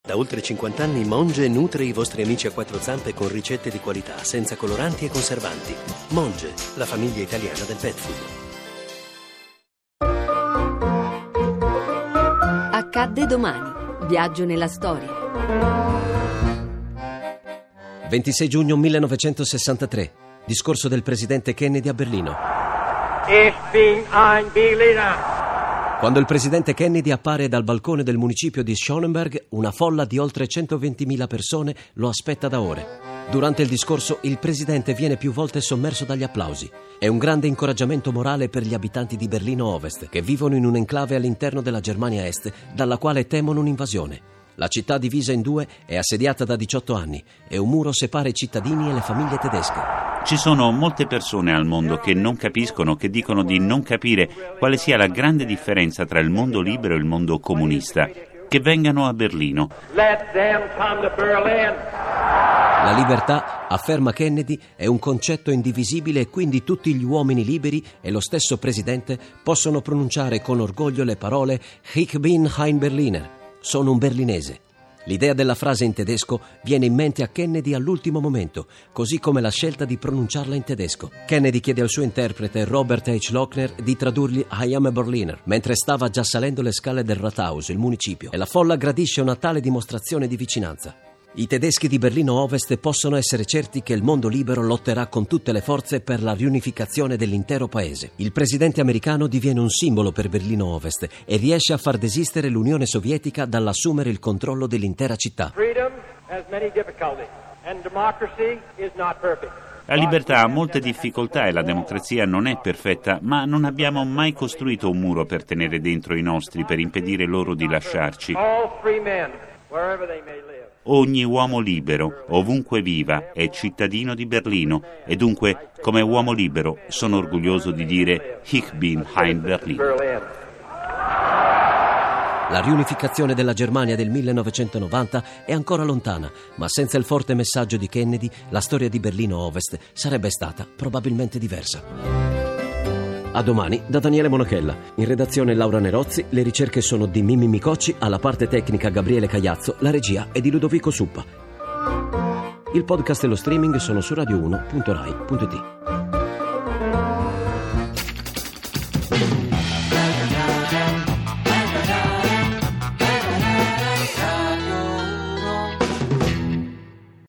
Da oltre 50 anni Monge nutre i vostri amici a quattro zampe con ricette di qualità, senza coloranti e conservanti. Monge, la famiglia italiana del pet food. Accadde domani. Viaggio nella storia. 26 giugno 1963. Discorso del presidente Kennedy a Berlino. Ich bin ein Berliner. Quando il presidente Kennedy appare dal balcone del municipio di Schöneberg, una folla di oltre 120.000 persone lo aspetta da ore. Durante il discorso il presidente viene più volte sommerso dagli applausi. È un grande incoraggiamento morale per gli abitanti di Berlino Ovest, che vivono in un'enclave all'interno della Germania Est, dalla quale temono un'invasione. La città, divisa in due, è assediata da 18 anni e un muro separa i cittadini e le famiglie tedesche. Ci sono molte persone al mondo che non capiscono, che dicono di non capire quale sia la grande differenza tra il mondo libero e il mondo comunista. Che vengano a Berlino. Let them come to Berlin. La libertà, afferma Kennedy, è un concetto indivisibile e quindi tutti gli uomini liberi e lo stesso presidente possono pronunciare con orgoglio le parole Ich bin ein Berliner. Sono un berlinese. L'idea della frase in tedesco viene in mente a Kennedy all'ultimo momento, così come la scelta di pronunciarla in tedesco. Kennedy chiede al suo interprete Robert H. Lochner di tradurgli I am a Berliner, mentre stava già salendo le scale del Rathaus, il municipio, e la folla gradisce una tale dimostrazione di vicinanza. I tedeschi di Berlino Ovest possono essere certi che il mondo libero lotterà con tutte le forze per la riunificazione dell'intero paese. Il presidente americano diviene un simbolo per Berlino Ovest e riesce a far desistere l'Unione Sovietica dall'assumere il controllo dell'intera città. Freedom has many difficulties, and democracy is not perfect. La libertà ha molte difficoltà e la democrazia non è perfetta, ma non abbiamo mai costruito un muro per tenere dentro i nostri, per impedire loro di lasciarci. All free men, wherever they may live. Ogni uomo libero, ovunque viva, è cittadino di Berlino e dunque, come uomo libero, sono orgoglioso di dire Ich bin ein Berliner. La riunificazione della Germania del 1990 è ancora lontana, ma senza il forte messaggio di Kennedy, la storia di Berlino Ovest sarebbe stata probabilmente diversa. A domani da Daniele Monachella. In redazione Laura Nerozzi, le ricerche sono di Mimmi Micocci, alla parte tecnica Gabriele Cagliazzo, la regia è di Ludovico Suppa. Il podcast e lo streaming sono su radio1.rai.it.